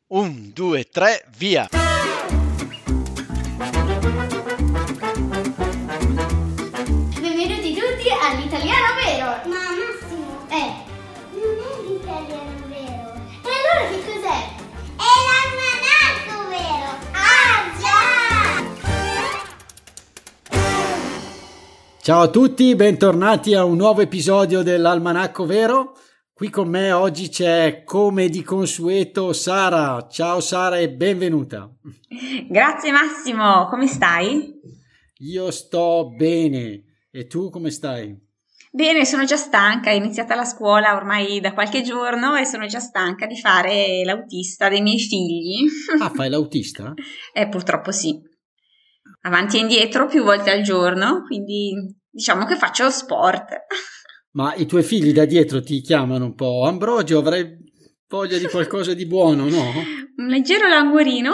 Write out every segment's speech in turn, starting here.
1, 2, 3, via! Benvenuti tutti all'Italiano Vero! Ma Massimo, non è l'italiano vero. E allora che cos'è? È l'almanacco vero. Ah già! Ciao a tutti, bentornati a un nuovo episodio dell'Almanacco Vero. Qui con me oggi c'è, come di consueto, Sara. Ciao Sara e benvenuta. Grazie Massimo, come stai? Io sto bene. E tu come stai? Bene, sono già stanca, è iniziata la scuola ormai da qualche giorno e sono già stanca di fare l'autista dei miei figli. Ah, fai l'autista? Purtroppo sì. Avanti e indietro più volte al giorno, quindi diciamo che faccio sport. Ma i tuoi figli da dietro ti chiamano un po' Ambrogio, avrei voglia di qualcosa di buono, no? Un leggero languorino.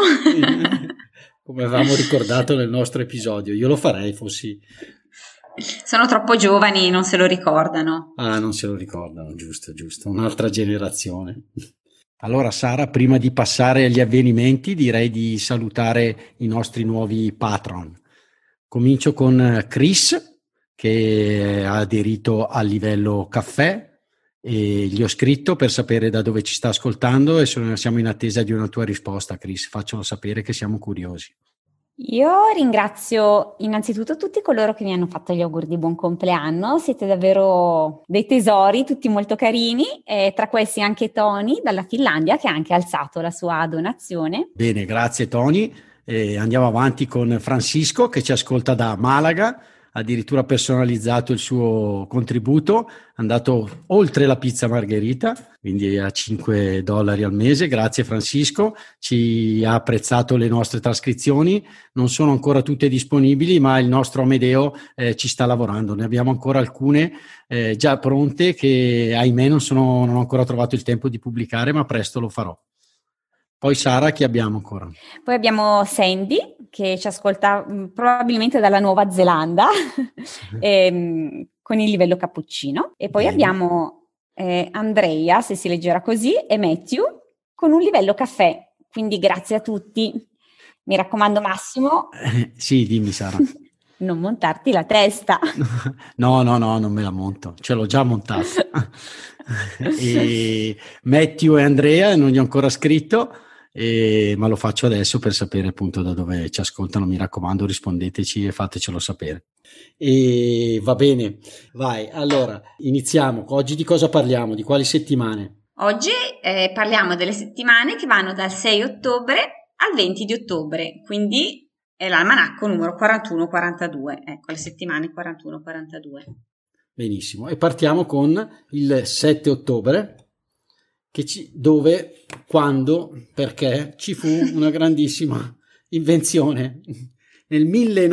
Come avevamo ricordato nel nostro episodio, io lo farei fossi... Sono troppo giovani, non se lo ricordano. Ah, non se lo ricordano, giusto, un'altra generazione. Allora Sara, prima di passare agli avvenimenti, direi di salutare i nostri nuovi patron. Comincio con Chris, che ha aderito al livello caffè, e gli ho scritto per sapere da dove ci sta ascoltando e siamo in attesa di una tua risposta, Chris. Faccelo sapere che siamo curiosi. Io ringrazio innanzitutto tutti coloro che mi hanno fatto gli auguri di buon compleanno, siete davvero dei tesori, tutti molto carini, e tra questi anche Tony dalla Finlandia che ha anche alzato la sua donazione. Bene, grazie Tony. Andiamo avanti con Francisco che ci ascolta da Malaga, addirittura personalizzato il suo contributo, è andato oltre la pizza margherita, quindi a $5 al mese. Grazie Francisco, ci ha apprezzato le nostre trascrizioni, non sono ancora tutte disponibili, ma il nostro Amedeo ci sta lavorando, ne abbiamo ancora alcune già pronte che ahimè non ho ancora trovato il tempo di pubblicare, ma presto lo farò. Poi Sara, chi abbiamo ancora? Poi abbiamo Sandy che ci ascolta probabilmente dalla Nuova Zelanda con il livello cappuccino, e poi abbiamo Andrea, se si leggerà così, e Matthew con un livello caffè, quindi grazie a tutti. Mi raccomando Massimo. Sì, dimmi Sara. Non montarti la testa. No, non me la monto, ce l'ho già montata. E Matthew e Andrea non gli ho ancora scritto, ma lo faccio adesso per sapere appunto da dove ci ascoltano. Mi raccomando, rispondeteci e fatecelo sapere. E va bene, vai, allora iniziamo. Oggi di cosa parliamo? Di quali settimane? Oggi parliamo delle settimane che vanno dal 6 ottobre al 20 di ottobre, quindi è l'almanacco numero 41-42, ecco le settimane 41-42. Benissimo, e partiamo con il 7 ottobre, dove, quando, perché ci fu una grandissima invenzione nel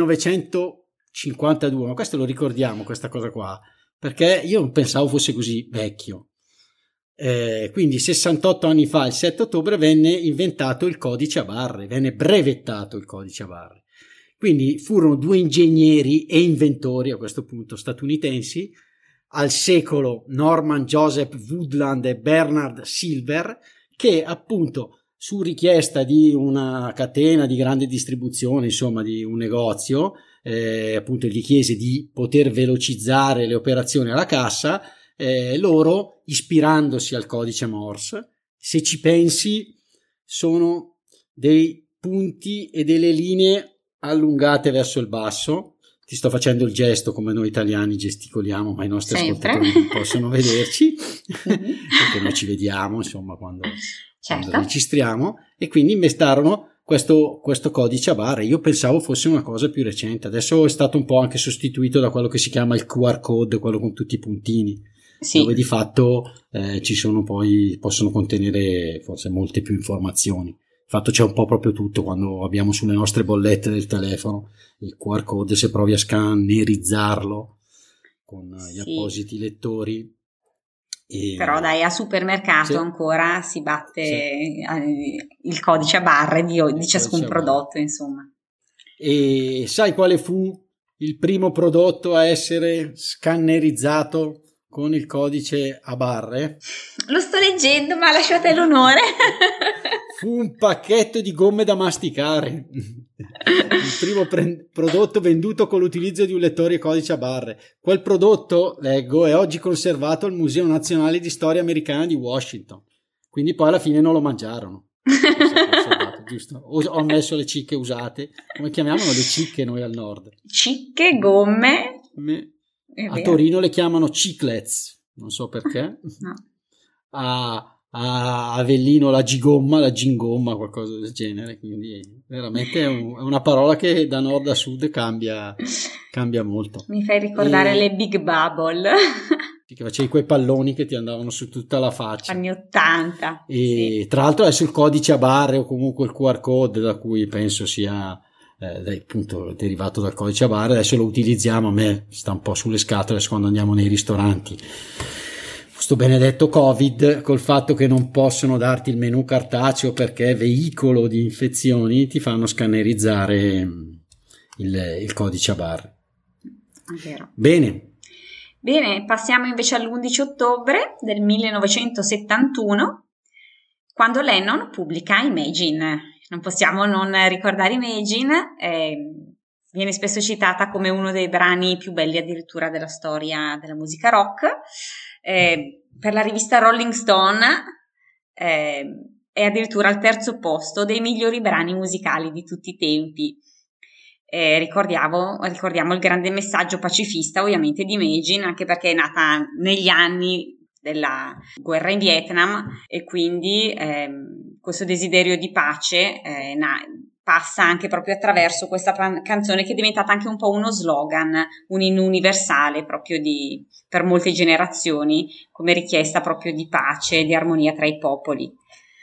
1952, ma questo lo ricordiamo, questa cosa qua, perché io non pensavo fosse così vecchio. Quindi 68 anni fa, il 7 ottobre, venne inventato il codice a barre, venne brevettato il codice a barre. Quindi furono due ingegneri e inventori a questo punto statunitensi, al secolo Norman Joseph Woodland e Bernard Silver, che appunto su richiesta di una catena di grande distribuzione, insomma di un negozio, appunto gli chiese di poter velocizzare le operazioni alla cassa, loro, ispirandosi al codice Morse, se ci pensi sono dei punti e delle linee allungate verso il basso. Ti sto facendo il gesto come noi italiani gesticoliamo, ma i nostri ascoltatori non possono vederci perché noi ci vediamo insomma quando registriamo, e quindi inventarono questo codice a barre. Io pensavo fosse una cosa più recente, adesso è stato un po' anche sostituito da quello che si chiama il QR code, quello con tutti i puntini, dove di fatto ci sono poi, possono contenere forse molte più informazioni. Infatti c'è un po' proprio tutto quando abbiamo sulle nostre bollette del telefono il QR code, se provi a scannerizzarlo con gli appositi lettori. Però dai, a supermercato ancora si batte il codice a barre di ciascun prodotto, insomma. E sai quale fu il primo prodotto a essere scannerizzato con il codice a barre? Lo sto leggendo, ma lasciate l'onore. fu un pacchetto di gomme da masticare. Il primo prodotto venduto con l'utilizzo di un lettore codice a barre. Quel prodotto, leggo, è oggi conservato al Museo Nazionale di Storia Americana di Washington. Quindi poi alla fine non lo mangiarono. Giusto? Ho messo le cicche usate. Come chiamiamolo le cicche noi al nord? Cicche, gomme. A Torino le chiamano chiclets, non so perché. No. A Avellino la gigomma, la gingomma, qualcosa del genere. Quindi veramente è una parola che da nord a sud cambia molto. Mi fai ricordare le Big Bubble. Che facevi quei palloni che ti andavano su tutta la faccia. Anni 80. E sì. Tra l'altro adesso il codice a barre o comunque il QR code, da cui penso sia appunto derivato dal codice a barre, adesso lo utilizziamo. A me sta un po' sulle scatole quando andiamo nei ristoranti. Sto benedetto Covid, col fatto che non possono darti il menù cartaceo perché veicolo di infezioni, ti fanno scannerizzare il codice a barre. È vero. Bene, passiamo invece all'11 ottobre del 1971, quando Lennon pubblica Imagine. Non possiamo non ricordare Imagine, viene spesso citata come uno dei brani più belli addirittura della storia della musica rock. Per la rivista Rolling Stone è addirittura al terzo posto dei migliori brani musicali di tutti i tempi. Ricordiamo il grande messaggio pacifista ovviamente di Imagine, anche perché è nata negli anni della guerra in Vietnam e quindi questo desiderio di pace passa anche proprio attraverso questa canzone, che è diventata anche un po' uno slogan, un inno universale proprio per molte generazioni, come richiesta proprio di pace, di armonia tra i popoli.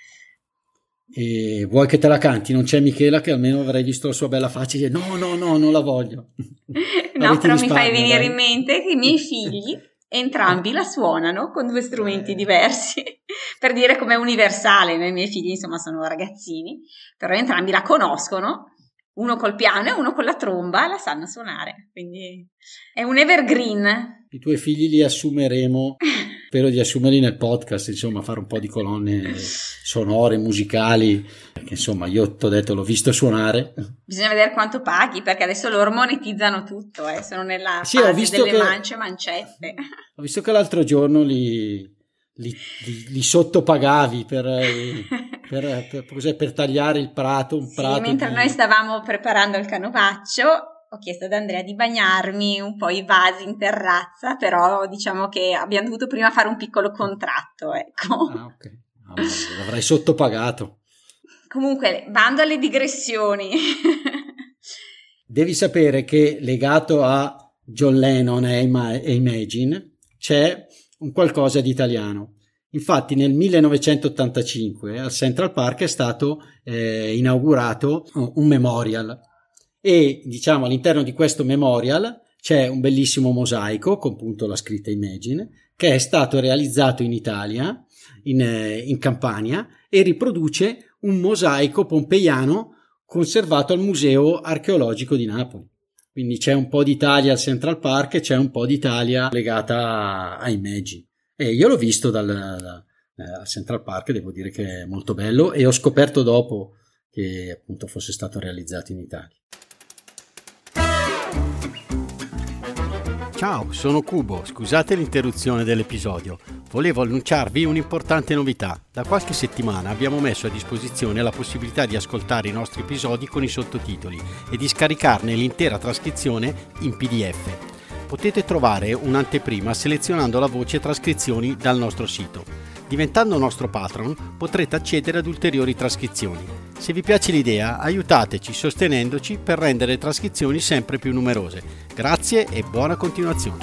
E vuoi che te la canti? Non c'è Michela, che almeno avrei visto la sua bella faccia e dire no, non la voglio. No, però mi fai venire in mente che i miei figli entrambi la suonano con due strumenti diversi, per dire com'è universale. I miei figli insomma sono ragazzini, però entrambi la conoscono, uno col piano e uno con la tromba, la sanno suonare, quindi è un evergreen. I tuoi figli li assumeremo, spero di assumerli nel podcast, insomma, fare un po' di colonne sonore, musicali, perché insomma io t'ho detto, l'ho visto suonare. Bisogna vedere quanto paghi, perché adesso loro monetizzano tutto, sono nella fase delle mancette. Ho visto che l'altro giorno li sottopagavi per tagliare il prato, mentre noi stavamo preparando il canovaccio, ho chiesto ad Andrea di bagnarmi un po' i vasi in terrazza, però diciamo che abbiamo dovuto prima fare un piccolo contratto, ecco. Ok. L'avrai sottopagato. Comunque, bando alle digressioni. Devi sapere che legato a John Lennon e Imagine c'è un qualcosa di italiano. Infatti nel 1985 al Central Park è stato inaugurato un memorial, e diciamo all'interno di questo memorial c'è un bellissimo mosaico con appunto la scritta Imagine, che è stato realizzato in Italia, in Campania, e riproduce un mosaico pompeiano conservato al Museo Archeologico di Napoli. Quindi c'è un po' d'Italia al Central Park e c'è un po' d'Italia legata a Imagine. E io l'ho visto al Central Park, devo dire che è molto bello, e ho scoperto dopo che appunto fosse stato realizzato in Italia. Ciao, sono Cubo, scusate l'interruzione dell'episodio. Volevo annunciarvi un'importante novità. Da qualche settimana abbiamo messo a disposizione la possibilità di ascoltare i nostri episodi con i sottotitoli e di scaricarne l'intera trascrizione in PDF. Potete trovare un'anteprima selezionando la voce trascrizioni dal nostro sito. Diventando nostro patron potrete accedere ad ulteriori trascrizioni. Se vi piace l'idea, aiutateci sostenendoci per rendere le trascrizioni sempre più numerose. Grazie e buona continuazione.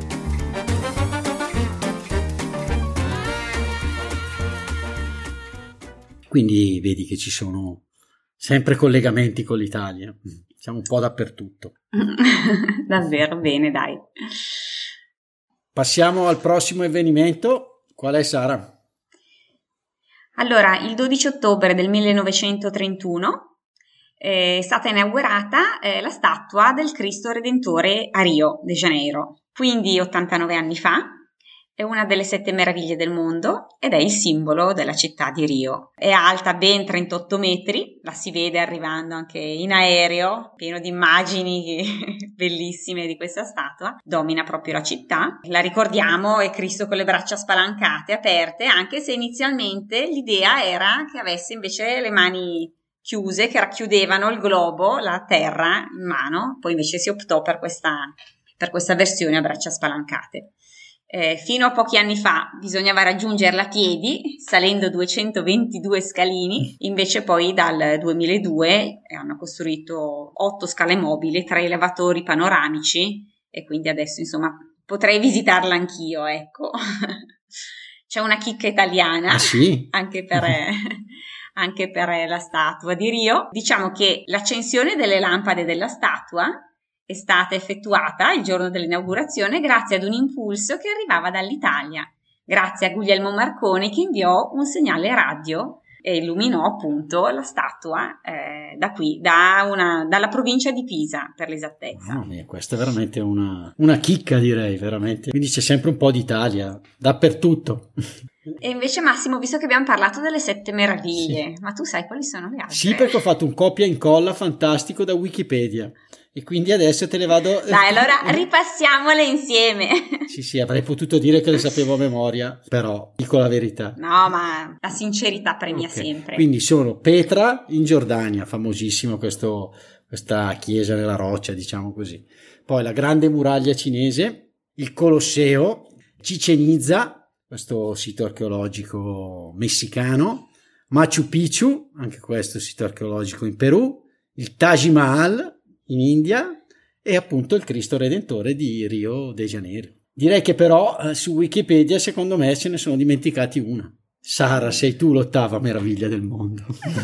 Quindi vedi che ci sono sempre collegamenti con l'Italia. Siamo un po' dappertutto. Davvero, bene, dai. Passiamo al prossimo avvenimento. Qual è, Sara? Allora, il 12 ottobre del 1931 è stata inaugurata la statua del Cristo Redentore a Rio de Janeiro. Quindi 89 anni fa È una delle 7 meraviglie del mondo ed è il simbolo della città di Rio. È alta ben 38 metri, la si vede arrivando anche in aereo, pieno di immagini bellissime di questa statua. Domina proprio la città. La ricordiamo, è Cristo con le braccia spalancate, aperte, anche se inizialmente l'idea era che avesse invece le mani chiuse, che racchiudevano il globo, la terra in mano. Poi invece si optò per questa versione a braccia spalancate. Fino a pochi anni fa bisognava raggiungerla a piedi, salendo 222 scalini, invece poi dal 2002 hanno costruito 8 scale mobili, 3 elevatori panoramici e quindi adesso insomma potrei visitarla anch'io, ecco. C'è una chicca italiana, sì? anche per la statua di Rio. Diciamo che l'accensione delle lampade della statua è stata effettuata il giorno dell'inaugurazione grazie ad un impulso che arrivava dall'Italia, grazie a Guglielmo Marconi che inviò un segnale radio e illuminò appunto la statua dalla provincia di Pisa, per l'esattezza. No, questa è veramente una chicca, direi, veramente. Quindi c'è sempre un po' d'Italia dappertutto. E invece Massimo, visto che abbiamo parlato delle 7 meraviglie, ma tu sai quali sono le altre? Sì, perché ho fatto un copia e incolla fantastico da Wikipedia e quindi adesso te le vado... Dai, allora ripassiamole insieme. Sì, avrei potuto dire che le sapevo a memoria, però dico la verità. No, ma la sincerità premia sempre. Quindi sono Petra in Giordania, famosissimo questa chiesa nella roccia, diciamo così. Poi la grande muraglia cinese, il Colosseo, Chichén Itzá, questo sito archeologico messicano, Machu Picchu, anche questo sito archeologico in Perù, il Taj Mahal in India e appunto il Cristo Redentore di Rio de Janeiro. Direi che però su Wikipedia secondo me se ne sono dimenticati una. Sara, sei tu l'8ª meraviglia del mondo.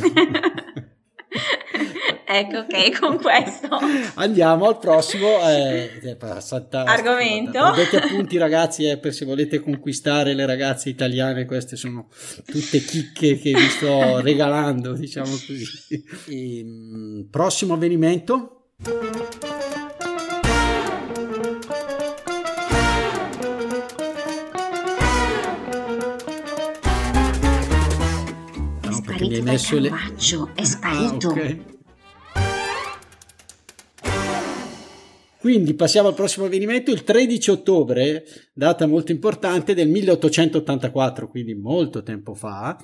Ecco, ok, con questo andiamo al prossimo argomento. Prendete appunti ragazzi, per se volete conquistare le ragazze italiane, queste sono tutte chicche che vi sto regalando, diciamo così. Prossimo avvenimento. No, perché mi hai messo è sparito. Okay. Quindi passiamo al prossimo avvenimento, il 13 ottobre, data molto importante del 1884, quindi molto tempo fa,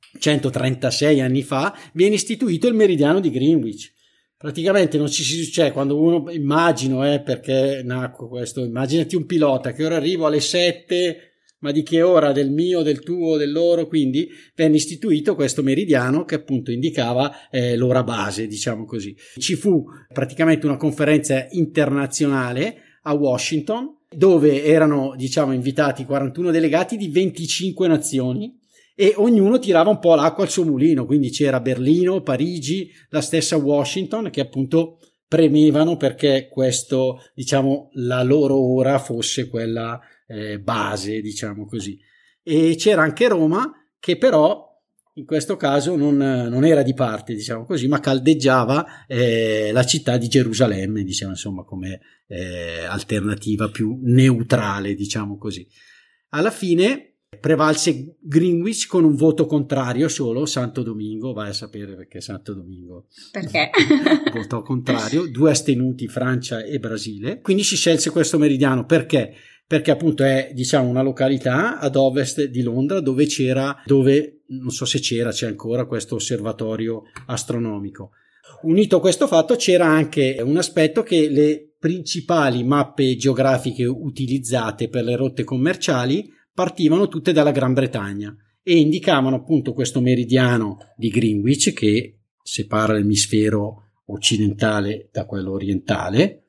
136 anni fa, viene istituito il meridiano di Greenwich. Praticamente non cioè quando uno immagino, perché nacque questo, immaginati un pilota che ora arrivo alle 7, ma di che ora? Del mio, del tuo, del loro? Quindi venne istituito questo meridiano che appunto indicava l'ora base, diciamo così. Ci fu praticamente una conferenza internazionale a Washington dove erano, diciamo, invitati 41 delegati di 25 nazioni e ognuno tirava un po' l'acqua al suo mulino, quindi c'era Berlino, Parigi, la stessa Washington che appunto premevano perché questo, diciamo, la loro ora fosse quella base, diciamo così. E c'era anche Roma che però in questo caso non era di parte, diciamo così, ma caldeggiava la città di Gerusalemme, diciamo, insomma, come alternativa più neutrale, diciamo così. Alla fine prevalse Greenwich con un voto contrario solo, Santo Domingo, vai a sapere perché Santo Domingo perché votò contrario, 2 astenuti, Francia e Brasile. Quindi si scelse questo meridiano perché appunto è, diciamo, una località ad ovest di Londra dove non so se c'è ancora questo osservatorio astronomico. Unito a questo fatto c'era anche un aspetto che le principali mappe geografiche utilizzate per le rotte commerciali partivano tutte dalla Gran Bretagna e indicavano appunto questo meridiano di Greenwich che separa l'emisfero occidentale da quello orientale.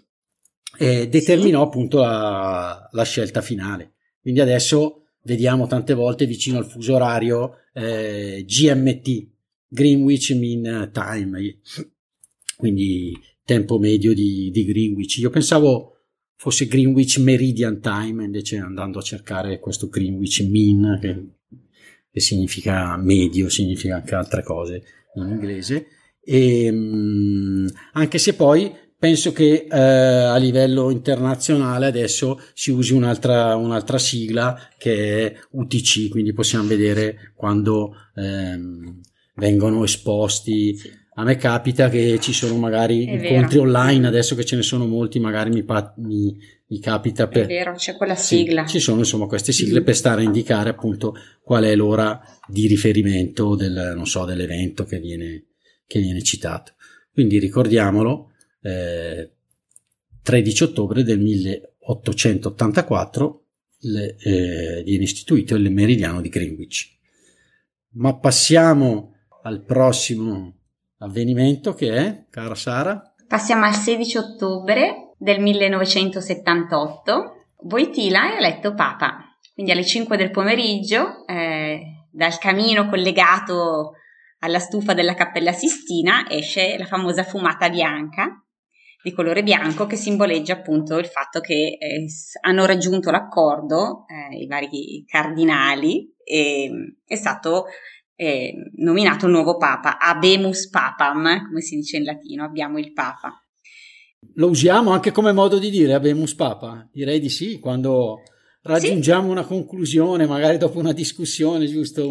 Determinò appunto la scelta finale. Quindi adesso vediamo tante volte vicino al fuso orario GMT, Greenwich Mean Time, quindi tempo medio di Greenwich. Io pensavo fosse Greenwich Meridian Time, invece andando a cercare questo Greenwich Mean che significa medio, significa anche altre cose in inglese, e anche se poi penso che a livello internazionale adesso si usi un'altra sigla che è UTC, quindi possiamo vedere quando vengono esposti. A me capita che ci sono magari incontri online, adesso che ce ne sono molti, magari mi capita È vero, c'è quella sigla. Ci sono insomma queste sigle per stare a indicare appunto qual è l'ora di riferimento dell'evento che viene citato. Quindi ricordiamolo, 13 ottobre del 1884 viene istituito il meridiano di Greenwich. Ma passiamo al prossimo avvenimento che è, cara Sara? Passiamo al 16 ottobre del 1978. Wojtyla è eletto Papa, quindi alle 5 del pomeriggio dal camino collegato alla stufa della Cappella Sistina esce la famosa fumata bianca di colore bianco che simboleggia appunto il fatto che hanno raggiunto l'accordo i vari cardinali e è stato nominato un nuovo Papa, Habemus Papam, come si dice in latino, abbiamo il Papa. Lo usiamo anche come modo di dire Habemus Papa? Direi di sì, quando raggiungiamo una conclusione, magari dopo una discussione, giusto,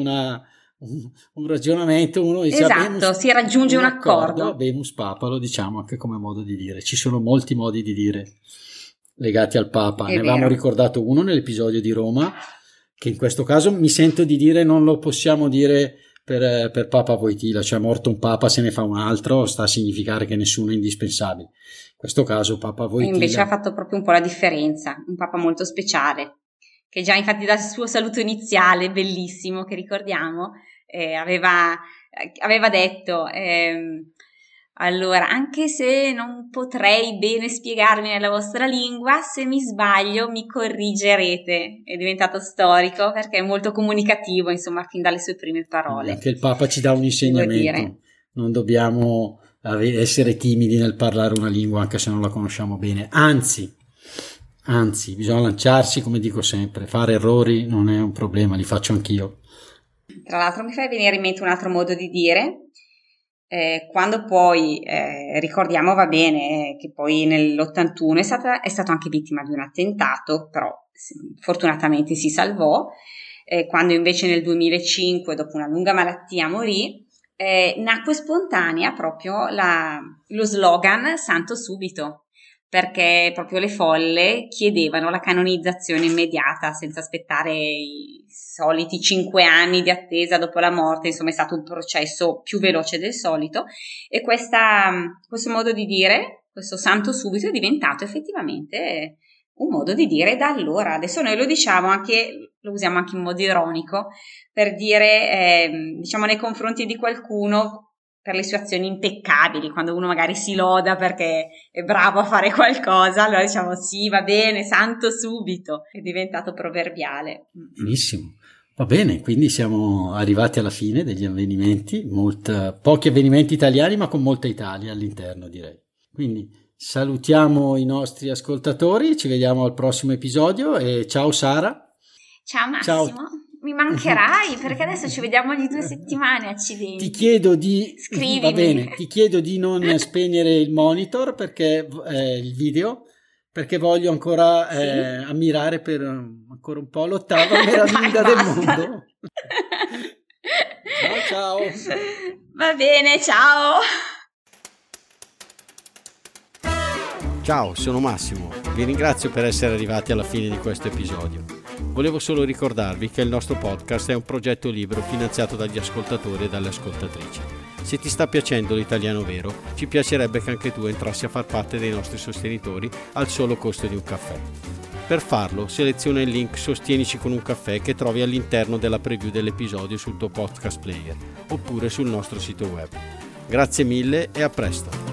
un ragionamento, uno dice esatto, si raggiunge un accordo. Habemus Papa lo diciamo anche come modo di dire. Ci sono molti modi di dire legati al Papa. Ne avevamo ricordato uno nell'episodio di Roma, che in questo caso mi sento di dire non lo possiamo dire per Papa Wojtyla, cioè morto un Papa se ne fa un altro, sta a significare che nessuno è indispensabile. In questo caso Papa Wojtyla invece ha fatto proprio un po' la differenza, un Papa molto speciale, che già infatti dal suo saluto iniziale, bellissimo, che ricordiamo, aveva detto allora, anche se non potrei bene spiegarmi nella vostra lingua, se mi sbaglio mi corrigerete. È diventato storico perché è molto comunicativo, insomma, fin dalle sue prime parole. Anche il Papa ci dà un insegnamento, non dobbiamo essere timidi nel parlare una lingua anche se non la conosciamo bene, anzi bisogna lanciarsi, come dico sempre, fare errori non è un problema, li faccio anch'io. Tra l'altro mi fai venire in mente un altro modo di dire, quando poi ricordiamo, va bene, che poi nell'81 è stato anche vittima di un attentato, però fortunatamente si salvò, quando invece nel 2005 dopo una lunga malattia morì, nacque spontanea proprio lo slogan Santo Subito, perché proprio le folle chiedevano la canonizzazione immediata senza aspettare i soliti 5 anni di attesa dopo la morte. Insomma, è stato un processo più veloce del solito e questo modo di dire, questo Santo Subito, è diventato effettivamente un modo di dire da allora. Adesso noi lo diciamo anche, lo usiamo anche in modo ironico per dire, diciamo, nei confronti di qualcuno, per le sue azioni impeccabili, quando uno magari si loda perché è bravo a fare qualcosa, allora diciamo sì, va bene, Santo Subito, è diventato proverbiale. Benissimo, va bene, quindi siamo arrivati alla fine degli avvenimenti, pochi avvenimenti italiani ma con molta Italia all'interno, direi. Quindi salutiamo i nostri ascoltatori, ci vediamo al prossimo episodio e ciao Sara. Ciao Massimo. Ciao. Mi mancherai perché adesso ci vediamo ogni 2 settimane, accidenti. Ti chiedo di scrivimi. Va bene, ti chiedo di non spegnere il monitor perché il video, perché voglio ancora ammirare per ancora un po' l'ottava meraviglia del mondo. Ciao. Va bene, ciao. Ciao, sono Massimo. Vi ringrazio per essere arrivati alla fine di questo episodio. Volevo solo ricordarvi che il nostro podcast è un progetto libero finanziato dagli ascoltatori e dalle ascoltatrici. Se ti sta piacendo l'italiano vero, ci piacerebbe che anche tu entrassi a far parte dei nostri sostenitori al solo costo di un caffè. Per farlo, seleziona il link Sostienici con un caffè che trovi all'interno della preview dell'episodio sul tuo podcast player oppure sul nostro sito web. Grazie mille e a presto!